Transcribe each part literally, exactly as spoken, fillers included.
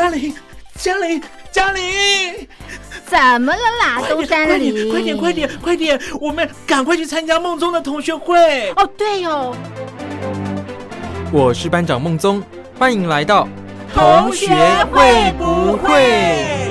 嘉玲，嘉玲，嘉玲， 怎么了啦，东山里？ 快点，快点，快点，我们赶快去参加梦中的同学会。 哦，对哦。 我是班长孟宗，欢迎来到同学会不会。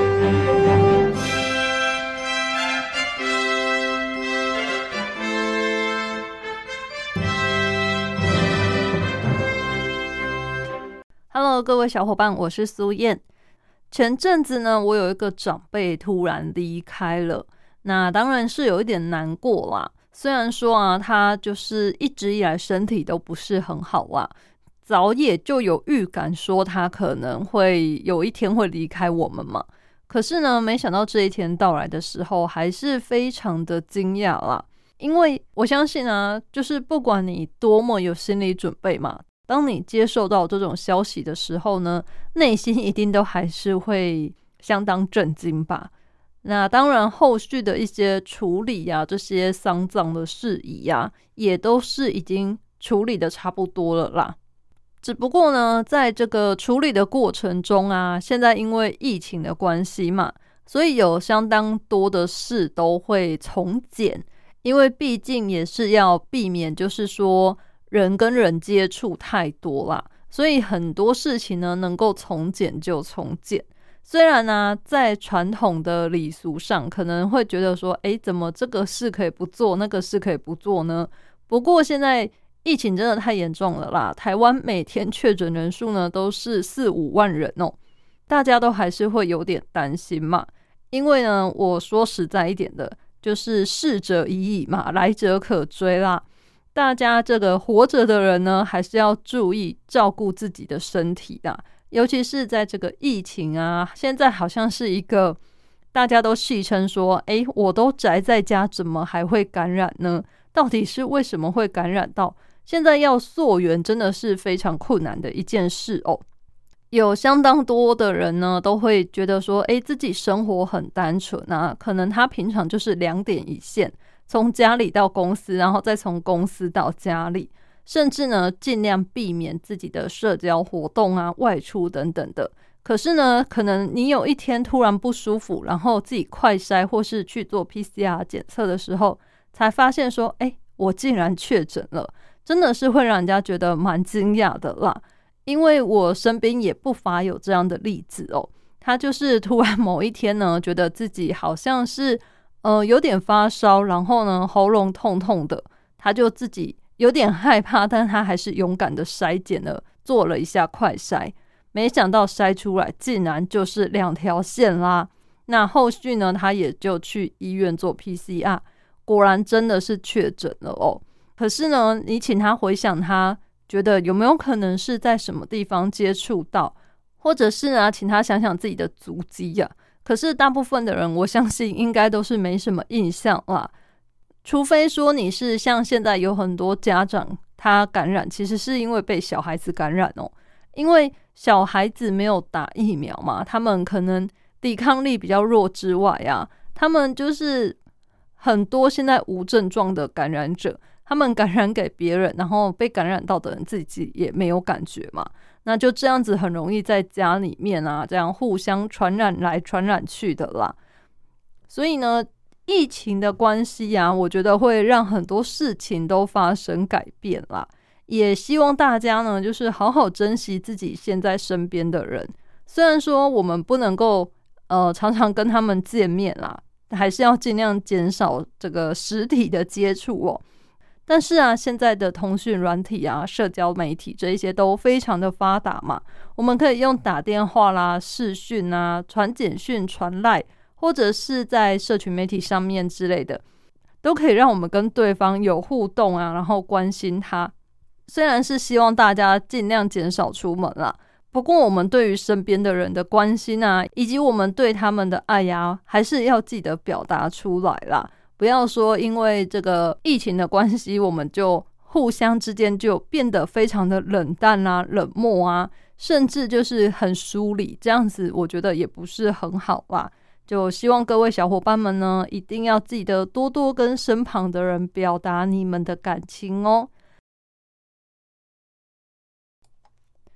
Hello， 各位小伙伴，我是苏燕。前阵子呢，我有一个长辈突然离开了，那当然是有一点难过啦。虽然说啊，他就是一直以来身体都不是很好啦，早也就有预感说他可能会有一天会离开我们嘛。可是呢，没想到这一天到来的时候，还是非常的惊讶啦。因为我相信啊，就是不管你多么有心理准备嘛，当你接受到这种消息的时候呢，内心一定都还是会相当震惊吧。那当然后续的一些处理啊，这些丧葬的事宜啊，也都是已经处理的差不多了啦。只不过呢，在这个处理的过程中啊，现在因为疫情的关系嘛，所以有相当多的事都会从简，因为毕竟也是要避免就是说人跟人接触太多啦，所以很多事情呢能够从简就从简。虽然呢、啊，在传统的礼俗上可能会觉得说，诶，怎么这个事可以不做，那个事可以不做呢？不过现在疫情真的太严重了啦，台湾每天确诊人数呢都是四五万人哦，大家都还是会有点担心嘛。因为呢，我说实在一点的，就是逝者已矣嘛，来者可追啦。大家这个活着的人呢，还是要注意照顾自己的身体啦。尤其是在这个疫情啊，现在好像是一个大家都戏称说，诶，我都宅在家，怎么还会感染呢？到底是为什么会感染到？现在要溯源真的是非常困难的一件事哦。有相当多的人呢，都会觉得说，诶，自己生活很单纯啊，可能他平常就是两点一线，从家里到公司，然后再从公司到家里。甚至呢，尽量避免自己的社交活动啊、外出等等的。可是呢，可能你有一天突然不舒服，然后自己快筛或是去做 P C R 检测的时候，才发现说，哎，我竟然确诊了，真的是会让人家觉得蛮惊讶的啦。因为我身边也不乏有这样的例子哦，他就是突然某一天呢，觉得自己好像是呃有点发烧，然后呢喉咙痛痛的，他就自己有点害怕，但他还是勇敢的筛检了，做了一下快筛，没想到筛出来竟然就是两条线啦。那后续呢，他也就去医院做 P C R， 果然真的是确诊了哦。可是呢，你请他回想，他觉得有没有可能是在什么地方接触到，或者是呢，请他想想自己的足迹呀、啊。可是大部分的人，我相信应该都是没什么印象啦。除非说你是像现在有很多家长他感染，其实是因为被小孩子感染哦，因为小孩子没有打疫苗嘛，他们可能抵抗力比较弱之外啊，他们就是很多现在无症状的感染者，他们感染给别人，然后被感染到的人自己也没有感觉嘛，那就这样子很容易在家里面啊，这样互相传染来传染去的啦。所以呢，疫情的关系啊，我觉得会让很多事情都发生改变啦。也希望大家呢，就是好好珍惜自己现在身边的人。虽然说我们不能够呃常常跟他们见面啦，还是要尽量减少这个实体的接触哦。但是啊，现在的通讯软体啊、社交媒体这一些都非常的发达嘛，我们可以用打电话啦、视讯啊、传简讯、传赖，或者是在社群媒体上面之类的，都可以让我们跟对方有互动啊，然后关心他。虽然是希望大家尽量减少出门啦，不过我们对于身边的人的关心啊，以及我们对他们的爱呀，还是要记得表达出来啦。不要说因为这个疫情的关系，我们就互相之间就变得非常的冷淡啊、冷漠啊，甚至就是很疏离，这样子我觉得也不是很好啦。就希望各位小伙伴们呢，一定要记得多多跟身旁的人表达你们的感情哦。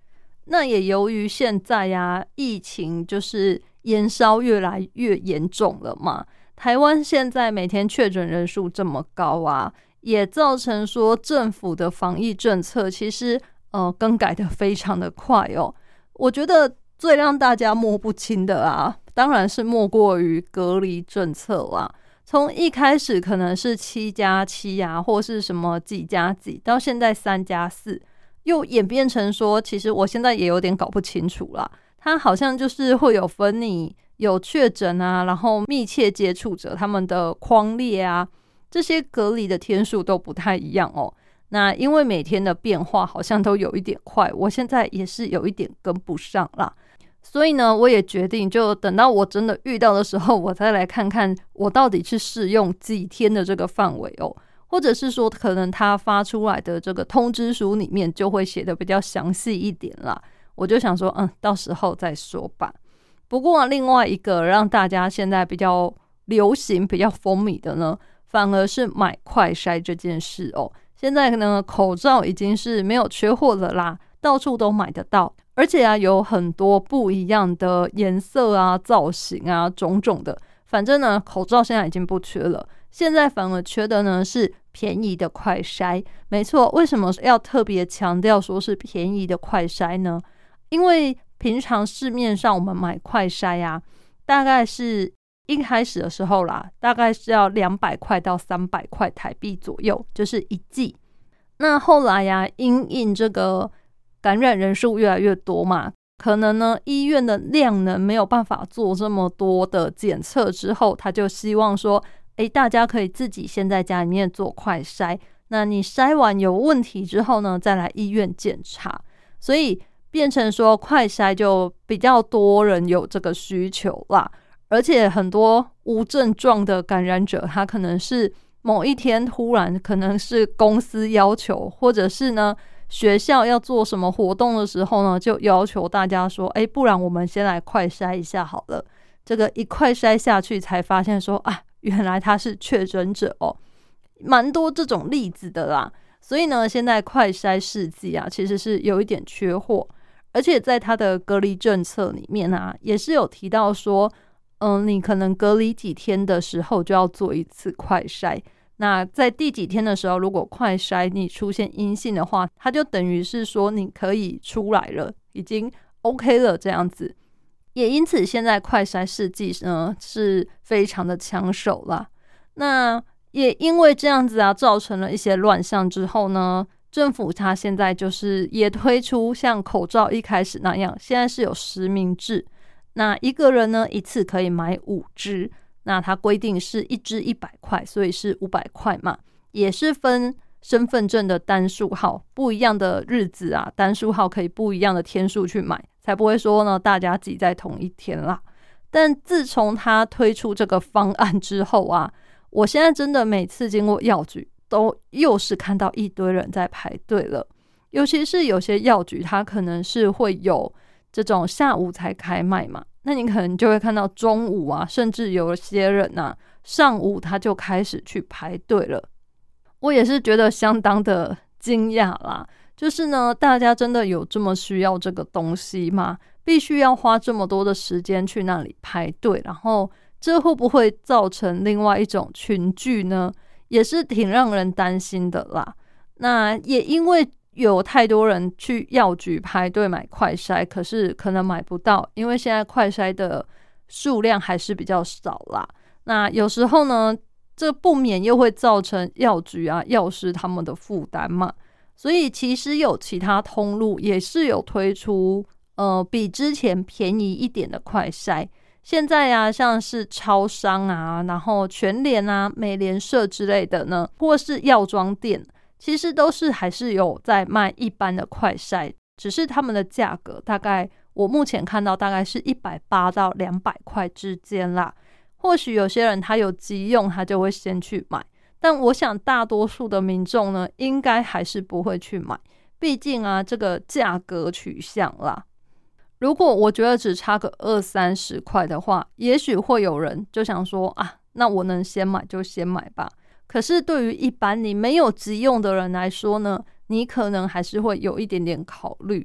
那也由于现在呀、啊，疫情就是延烧越来越严重了嘛，台湾现在每天确诊人数这么高啊，也造成说政府的防疫政策其实呃更改的非常的快哦。我觉得最让大家摸不清的啊，当然是莫过于隔离政策啦。从一开始可能是七加七啊，或是什么几加几，到现在三加四，又演变成说，其实我现在也有点搞不清楚啦。它好像就是会有分你有确诊啊，然后密切接触者他们的匡列啊，这些隔离的天数都不太一样哦。那因为每天的变化好像都有一点快，我现在也是有一点跟不上啦。所以呢，我也决定就等到我真的遇到的时候，我再来看看我到底是适用几天的这个范围哦，或者是说可能他发出来的这个通知书里面就会写的比较详细一点啦。我就想说，嗯，到时候再说吧。不过啊，另外一个让大家现在比较流行、比较风靡的呢，反而是买快筛这件事哦。现在呢，口罩已经是没有缺货了啦，到处都买得到。而且啊，有很多不一样的颜色啊、造型啊，种种的。反正呢，口罩现在已经不缺了，现在反而缺的呢是便宜的快筛。没错，为什么要特别强调说是便宜的快筛呢？因为平常市面上我们买快筛啊，大概是一开始的时候啦，大概是要两百块到三百块台币左右，就是一剂。那后来呀、啊，因应这个感染人数越来越多嘛，可能呢医院的量呢没有办法做这么多的检测之后，他就希望说，诶，大家可以自己先在家里面做快筛，那你筛完有问题之后呢，再来医院检查，所以变成说快筛就比较多人有这个需求啦。而且很多无症状的感染者，他可能是某一天突然可能是公司要求，或者是呢学校要做什么活动的时候呢，就要求大家说，哎，不然我们先来快筛一下好了。这个一快筛下去才发现说，啊，原来他是确诊者哦，蛮多这种例子的啦。所以呢，现在快筛试剂啊，其实是有一点缺货，而且在他的隔离政策里面啊，也是有提到说，嗯，你可能隔离几天的时候就要做一次快筛。那在第几天的时候，如果快筛你出现阴性的话，它就等于是说你可以出来了，已经 OK 了这样子。也因此，现在快筛试剂呢是非常的抢手啦。那也因为这样子啊，造成了一些乱象之后呢，政府它现在就是也推出像口罩一开始那样，现在是有实名制。那一个人呢一次可以买五支，那它规定是一支一百块，所以是五百块嘛，也是分身份证的单数号，不一样的日子啊，单数号可以不一样的天数去买，才不会说呢大家挤在同一天啦。但自从他推出这个方案之后啊，我现在真的每次经过药局都又是看到一堆人在排队了，尤其是有些药局它可能是会有这种下午才开卖嘛，那你可能就会看到中午啊，甚至有些人啊上午他就开始去排队了。我也是觉得相当的惊讶啦，就是呢大家真的有这么需要这个东西吗？必须要花这么多的时间去那里排队，然后这会不会造成另外一种群聚呢？也是挺让人担心的啦。那也因为有太多人去药局排队买快筛，可是可能买不到，因为现在快筛的数量还是比较少啦。那有时候呢，这不免又会造成药局啊、药师他们的负担嘛。所以其实有其他通路也是有推出呃比之前便宜一点的快筛。现在啊，像是超商啊，然后全联啊、美联社之类的呢，或是药妆店，其实都是还是有在卖一般的快筛，只是他们的价格大概我目前看到大概是一百八到两百块之间啦。或许有些人他有急用，他就会先去买，但我想大多数的民众呢，应该还是不会去买，毕竟啊，这个价格取向啦。如果我觉得只差个二三十块的话，也许会有人就想说啊，那我能先买就先买吧。可是对于一般你没有急用的人来说呢，你可能还是会有一点点考虑。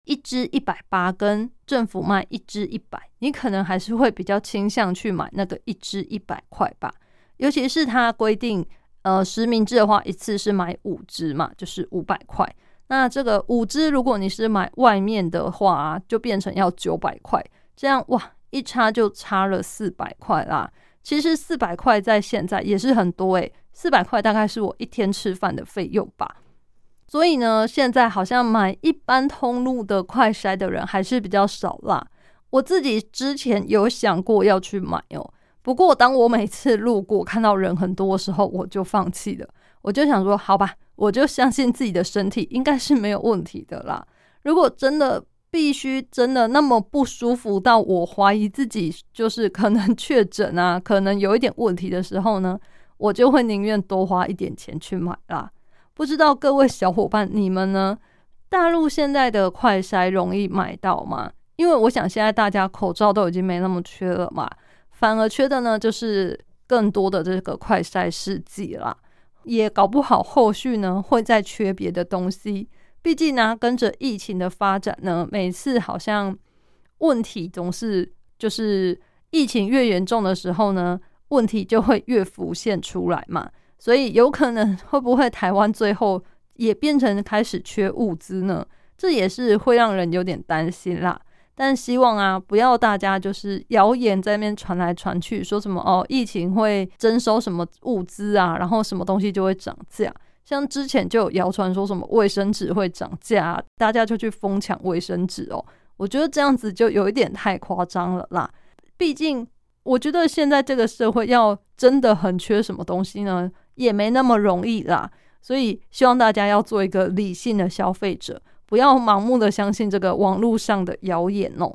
一支一百八跟政府卖一支一百，你可能还是会比较倾向去买那个一支一百块吧。尤其是它规定呃实名制的话，一次是买五支嘛，就是五百块。那这个五支如果你是买外面的话、啊、就变成要九百块，这样哇一差就差了四百块啦。其实四百块在现在也是很多诶，四百块大概是我一天吃饭的费用吧。所以呢，现在好像买一般通路的快筛的人还是比较少啦。我自己之前有想过要去买哦，不过当我每次路过看到人很多的时候，我就放弃了。我就想说，好吧，我就相信自己的身体应该是没有问题的啦。如果真的必须真的那么不舒服到我怀疑自己就是可能确诊啊，可能有一点问题的时候呢，我就会宁愿多花一点钱去买啦。不知道各位小伙伴你们呢？大陆现在的快筛容易买到吗？因为我想现在大家口罩都已经没那么缺了嘛，反而缺的呢就是更多的这个快筛试剂啦，也搞不好后续呢会再缺别的东西。毕竟呢，跟着疫情的发展呢，每次好像问题总是就是疫情越严重的时候呢，问题就会越浮现出来嘛。所以有可能会不会台湾最后也变成开始缺物资呢？这也是会让人有点担心啦。但希望啊，不要大家就是谣言在那边传来传去，说什么哦，疫情会征收什么物资啊，然后什么东西就会涨价。像之前就有谣传说什么卫生纸会涨价啊，大家就去疯抢卫生纸哦。我觉得这样子就有一点太夸张了啦。毕竟我觉得现在这个社会要真的很缺什么东西呢，也没那么容易啦。所以希望大家要做一个理性的消费者，不要盲目的相信这个网络上的谣言哦。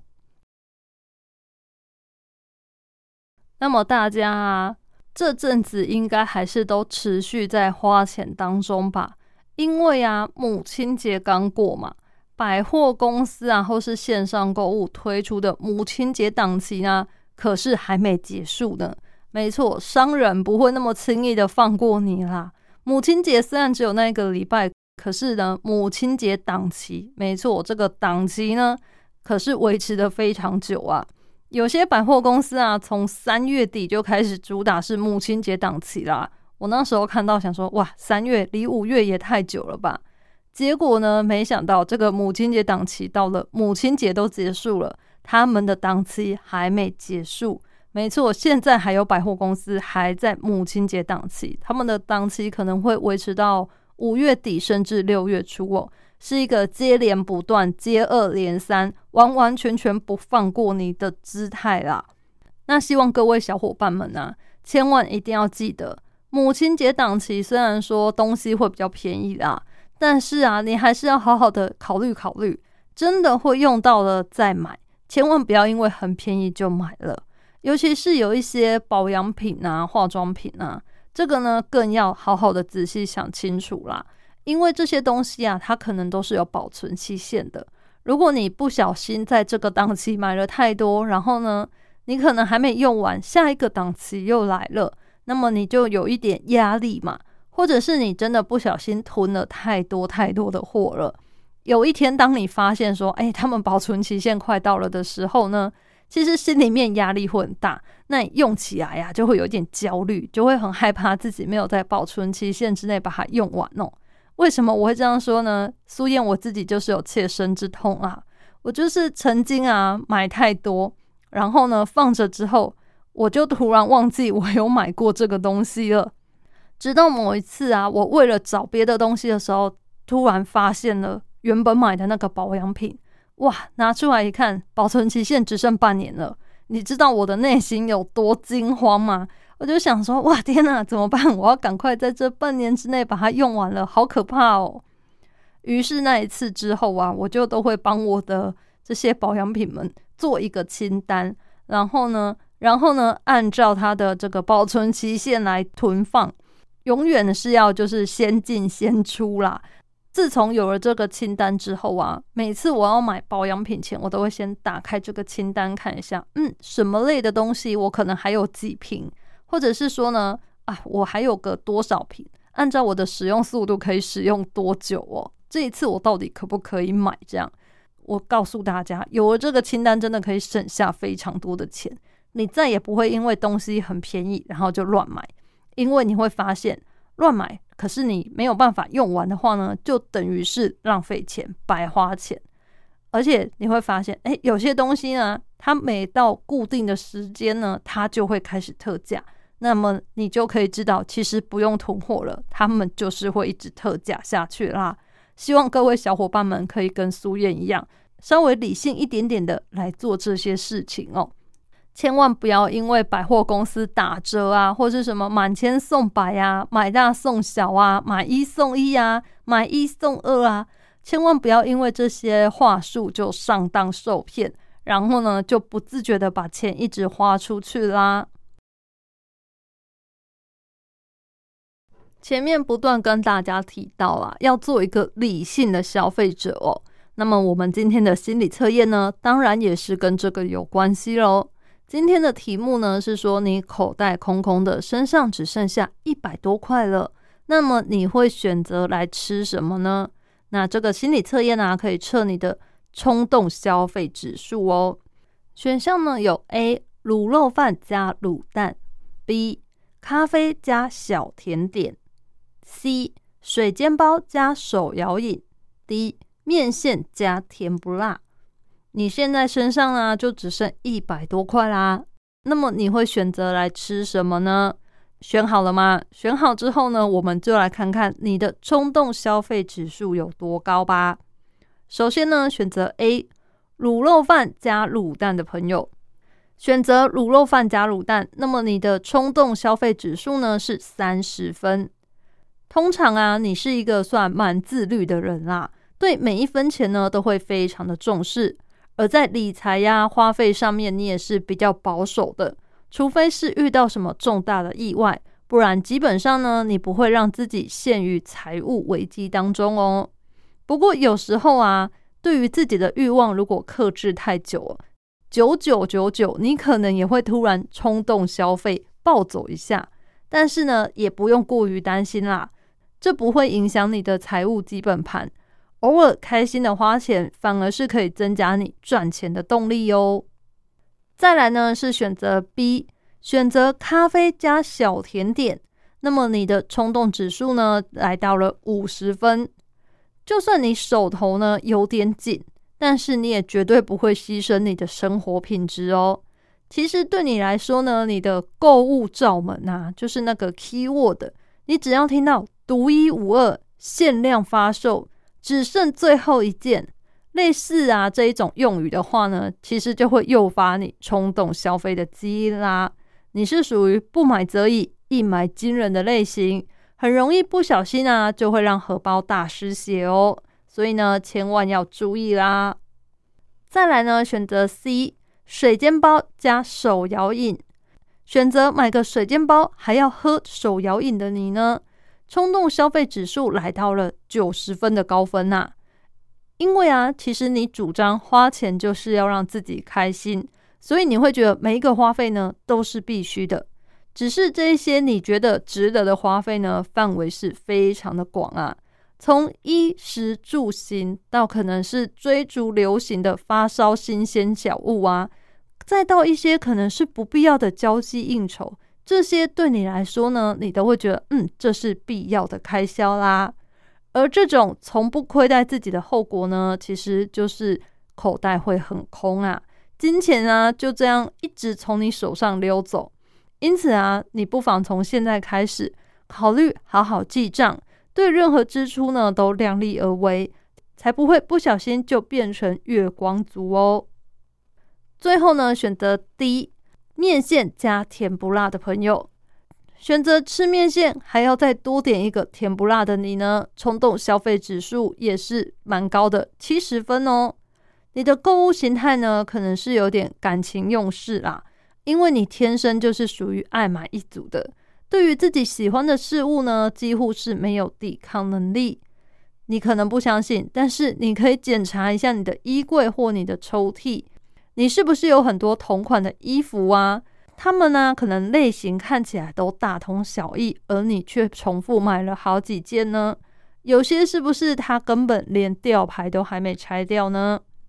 那么大家啊，这阵子应该还是都持续在花钱当中吧？因为啊，母亲节刚过嘛，百货公司啊或是线上购物推出的母亲节档期呢，可是还没结束呢。没错，商人不会那么轻易的放过你啦。母亲节虽然只有那个礼拜，可是呢，母亲节档期，没错，这个档期呢，可是维持的非常久啊。有些百货公司啊，从三月底就开始主打是母亲节档期啦。我那时候看到想说，哇，三月离五月也太久了吧？结果呢，没想到这个母亲节档期到了母亲节都结束了，他们的档期还没结束。没错，现在还有百货公司还在母亲节档期，他们的档期可能会维持到五月底甚至六月初哦，是一个接连不断、接二连三、完完全全不放过你的姿态啦。那希望各位小伙伴们啊，千万一定要记得，母亲节档期虽然说东西会比较便宜啦，但是啊，你还是要好好的考虑考虑，真的会用到了再买，千万不要因为很便宜就买了。尤其是有一些保养品啊、化妆品啊，这个呢更要好好的仔细想清楚啦。因为这些东西啊，它可能都是有保存期限的。如果你不小心在这个档期买了太多，然后呢，你可能还没用完，下一个档期又来了，那么你就有一点压力嘛。或者是你真的不小心囤了太多太多的货了，有一天当你发现说，哎，他们保存期限快到了的时候呢，其实心里面压力会很大，那你用起来呀、啊、就会有一点焦虑，就会很害怕自己没有在保存期限之内把它用完哦。为什么我会这样说呢？苏燕我自己就是有切身之痛啊，我就是曾经啊买太多，然后呢放着之后，我就突然忘记我有买过这个东西了。直到某一次啊，我为了找别的东西的时候，突然发现了原本买的那个保养品，哇，拿出来一看，保存期限只剩半年了。你知道我的内心有多惊慌吗？我就想说，哇，天哪，怎么办？我要赶快在这半年之内把它用完了，好可怕哦。于是那一次之后啊，我就都会帮我的这些保养品们做一个清单，然后呢，然后呢，按照它的这个保存期限来囤放，永远是要就是先进先出啦。自从有了这个清单之后啊，每次我要买保养品前，我都会先打开这个清单看一下，嗯，什么类的东西我可能还有几瓶，或者是说呢，啊，我还有个多少瓶，按照我的使用速度可以使用多久哦？这一次我到底可不可以买？这样， 我告诉大家，有了这个清单真的可以省下非常多的钱，你再也不会因为东西很便宜然后就乱买，因为你会发现乱买可是你没有办法用完的话呢，就等于是浪费钱，白花钱。而且你会发现诶，有些东西呢，它每到固定的时间呢，它就会开始特价，那么你就可以知道其实不用囤货了，他们就是会一直特价下去啦。希望各位小伙伴们可以跟苏燕一样，稍微理性一点点的来做这些事情哦。千万不要因为百货公司打折啊，或是什么满千送百啊，买大送小啊，买一送一啊，买一送二啊，千万不要因为这些话术就上当受骗，然后呢就不自觉的把钱一直花出去啦。前面不断跟大家提到啦，要做一个理性的消费者哦。那么我们今天的心理测验呢，当然也是跟这个有关系咯。今天的题目呢是说，你口袋空空的，身上只剩下一百多块了，那么你会选择来吃什么呢？那这个心理测验啊，可以测你的冲动消费指数哦。选项呢有 A 卤肉饭加卤蛋， B 咖啡加小甜点， C 水煎包加手摇饮， D 面线加甜不辣。你现在身上呢就只剩一百多块啦，那么你会选择来吃什么呢？选好了吗？选好之后呢，我们就来看看你的冲动消费指数有多高吧。首先呢，选择 A 卤肉饭加卤蛋的朋友，选择卤肉饭加卤蛋，那么你的冲动消费指数呢是三十分。通常啊，你是一个算蛮自律的人啦，对每一分钱呢都会非常的重视，而在理财呀、花费上面，你也是比较保守的，除非是遇到什么重大的意外，不然基本上呢，你不会让自己陷于财务危机当中哦。不过有时候啊，对于自己的欲望如果克制太久了，九九九九，你可能也会突然冲动消费，暴走一下。但是呢，也不用过于担心啦，这不会影响你的财务基本盘。偶尔开心的花钱，反而是可以增加你赚钱的动力哦。再来呢，是选择 B， 选择咖啡加小甜点，那么你的冲动指数呢，来到了五十分。就算你手头呢有点紧，但是你也绝对不会牺牲你的生活品质哦。其实对你来说呢，你的购物罩门啊，就是那个 keyword， 你只要听到独一无二、限量发售、只剩最后一件，类似啊这一种用语的话呢，其实就会诱发你冲动消费的基因啦。你是属于不买则已，一买惊人的类型，很容易不小心啊就会让荷包大失血哦，所以呢千万要注意啦。再来呢，选择 C 水煎包加手摇饮。选择买个水煎包还要喝手摇饮的你呢，冲动消费指数来到了九十分的高分啊。因为啊，其实你主张花钱就是要让自己开心，所以你会觉得每一个花费呢都是必须的。只是这一些你觉得值得的花费呢，范围是非常的广啊。从衣食住行到可能是追逐流行的发烧新鲜小物啊，再到一些可能是不必要的交际应酬，这些对你来说呢，你都会觉得嗯，这是必要的开销啦。而这种从不亏待自己的后果呢，其实就是口袋会很空啊，金钱啊就这样一直从你手上溜走。因此啊，你不妨从现在开始考虑好好记账，对任何支出呢都量力而为，才不会不小心就变成月光族哦。最后呢，选择 D 面线加甜不辣的朋友，选择吃面线还要再多点一个甜不辣的你呢，冲动消费指数也是蛮高的，七十分哦。你的购物形态呢，可能是有点感情用事啦，因为你天生就是属于爱买一族的，对于自己喜欢的事物呢，几乎是没有抵抗能力。你可能不相信，但是你可以检查一下你的衣柜或你的抽屉，你是不是有很多同款的衣服啊？他们呢，可能类型看起来都大同小异，而你却重复买了好几件呢？有些是不是它根本连吊牌都还没拆掉呢？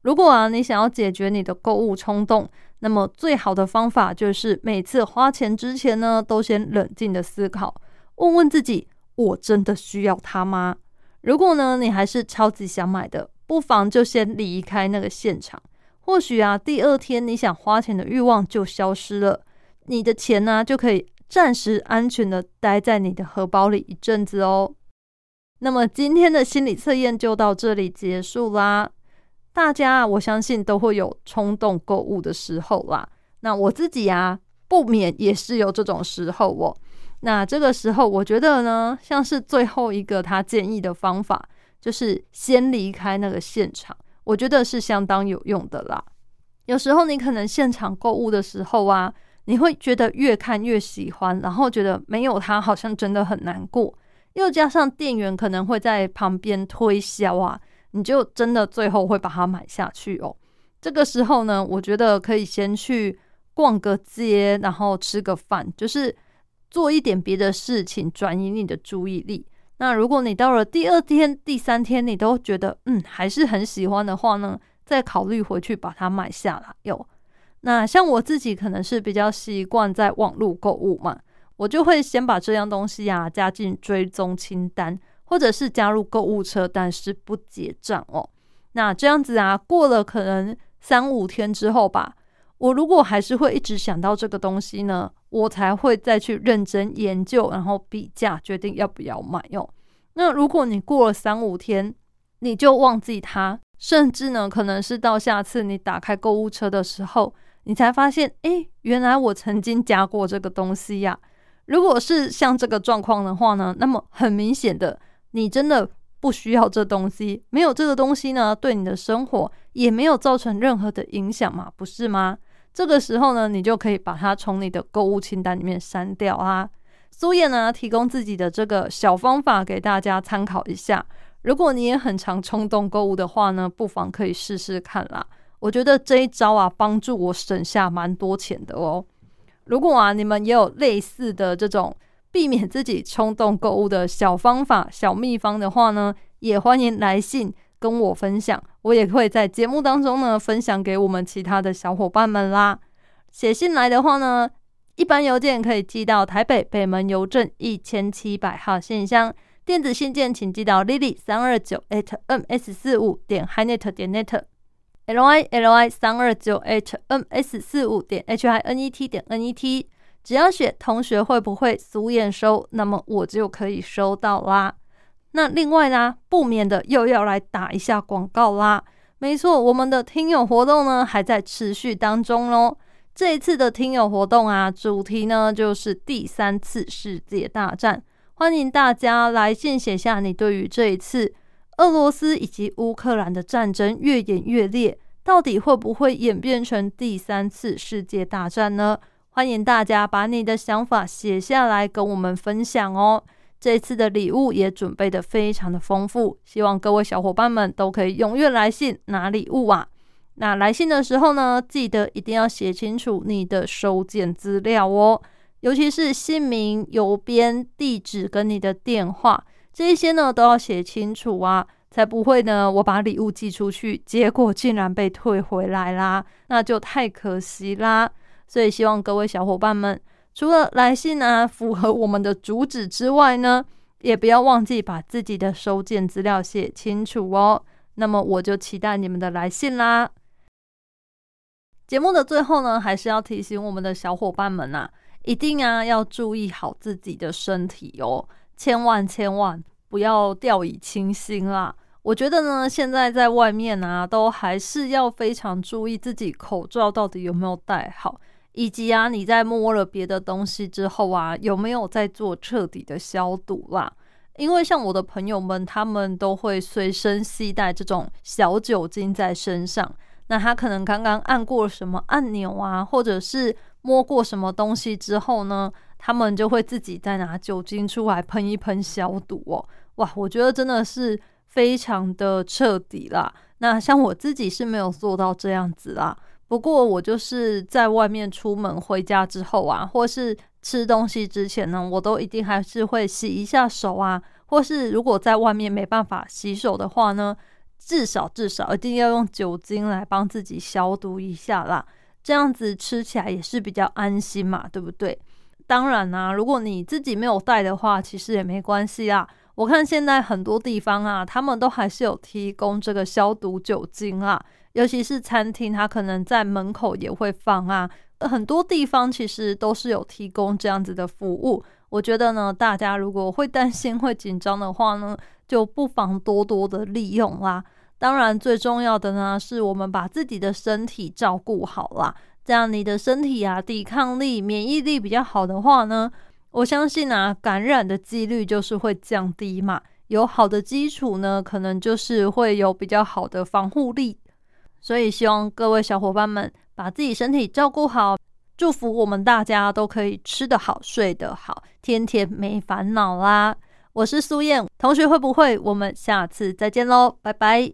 如果啊你想要解决你的购物冲动，那么最好的方法就是每次花钱之前呢，都先冷静的思考，问问自己，我真的需要它吗？如果呢你还是超级想买的，不妨就先离开那个现场，或许啊第二天你想花钱的欲望就消失了，你的钱呢、啊、就可以暂时安全的待在你的荷包里一阵子哦。那么今天的心理测验就到这里结束啦。大家我相信都会有冲动购物的时候啦，那我自己啊不免也是有这种时候哦。那这个时候我觉得呢，像是最后一个他建议的方法，就是先离开那个现场，我觉得是相当有用的啦。有时候你可能现场购物的时候啊，你会觉得越看越喜欢，然后觉得没有它好像真的很难过，又加上店员可能会在旁边推销啊，你就真的最后会把它买下去哦。这个时候呢，我觉得可以先去逛个街，然后吃个饭，就是做一点别的事情，转移你的注意力。那如果你到了第二天、第三天，你都觉得嗯还是很喜欢的话呢，再考虑回去把它买下来哟。那像我自己可能是比较习惯在网络购物嘛，我就会先把这样东西啊加进追踪清单，或者是加入购物车，但是不结账哦。那这样子啊，过了可能三五天之后吧，我如果还是会一直想到这个东西呢，我才会再去认真研究，然后比价决定要不要买哦。那如果你过了三五天你就忘记它，甚至呢可能是到下次你打开购物车的时候，你才发现诶原来我曾经加过这个东西呀、啊。如果是像这个状况的话呢，那么很明显的你真的不需要这东西，没有这个东西呢对你的生活也没有造成任何的影响嘛，不是吗？这个时候呢你就可以把它从你的购物清单里面删掉啊。苏叶呢提供自己的这个小方法给大家参考一下，如果你也很常冲动购物的话呢，不妨可以试试看啦。我觉得这一招啊帮助我省下蛮多钱的哦。如果啊你们也有类似的这种避免自己冲动购物的小方法、小秘方的话呢，也欢迎来信跟我分享，我也会在节目当中呢分享给我们其他的小伙伴们啦。写信来的话呢，一般邮件可以寄到台北北门邮政一千七百号信箱，电子信件请寄到 lily 三二九 at m s 四五点 hinet 点 net l i l i 三二九 at m s 四五点 h i n e t 点 n e t， 只要写同学会不会苏验收，那么我就可以收到啦。那另外呢，不免的又要来打一下广告啦。没错，我们的听友活动呢还在持续当中咯。这一次的听友活动啊，主题呢就是第三次世界大战，欢迎大家来信写下你对于这一次俄罗斯以及乌克兰的战争越演越烈，到底会不会演变成第三次世界大战呢？欢迎大家把你的想法写下来跟我们分享哦。这次的礼物也准备得非常的丰富，希望各位小伙伴们都可以踊跃来信拿礼物啊。那来信的时候呢，记得一定要写清楚你的收件资料哦，尤其是姓名、邮编、地址跟你的电话，这一些呢都要写清楚啊，才不会呢我把礼物寄出去，结果竟然被退回来啦，那就太可惜啦。所以希望各位小伙伴们，除了来信啊符合我们的主旨之外呢，也不要忘记把自己的收件资料写清楚哦。那么我就期待你们的来信啦。节目的最后呢，还是要提醒我们的小伙伴们啊，一定啊要注意好自己的身体哦，千万千万不要掉以轻心啦。我觉得呢，现在在外面啊，都还是要非常注意自己口罩到底有没有戴好，以及啊你在摸了别的东西之后啊，有没有在做彻底的消毒啦。因为像我的朋友们，他们都会随身携带这种小酒精在身上，那他可能刚刚按过什么按钮啊，或者是摸过什么东西之后呢，他们就会自己再拿酒精出来喷一喷消毒哦。哇，我觉得真的是非常的彻底啦。那像我自己是没有做到这样子啦，不过我就是在外面出门回家之后啊，或是吃东西之前呢，我都一定还是会洗一下手啊，或是如果在外面没办法洗手的话呢， 至少至少一定要用酒精来帮自己消毒一下啦，这样子吃起来也是比较安心嘛，对不对？当然啊，如果你自己没有带的话，其实也没关系啊。我看现在很多地方啊，他们都还是有提供这个消毒酒精啊，尤其是餐厅，它可能在门口也会放啊。很多地方其实都是有提供这样子的服务。我觉得呢，大家如果会担心、会紧张的话呢，就不妨多多的利用啦。当然，最重要的呢，是我们把自己的身体照顾好啦。这样你的身体啊，抵抗力、免疫力比较好的话呢，我相信啊，感染的几率就是会降低嘛。有好的基础呢，可能就是会有比较好的防护力。所以希望各位小伙伴们把自己身体照顾好，祝福我们大家都可以吃得好、睡得好，天天没烦恼啦。我是苏燕，同学会不会？我们下次再见咯，拜拜。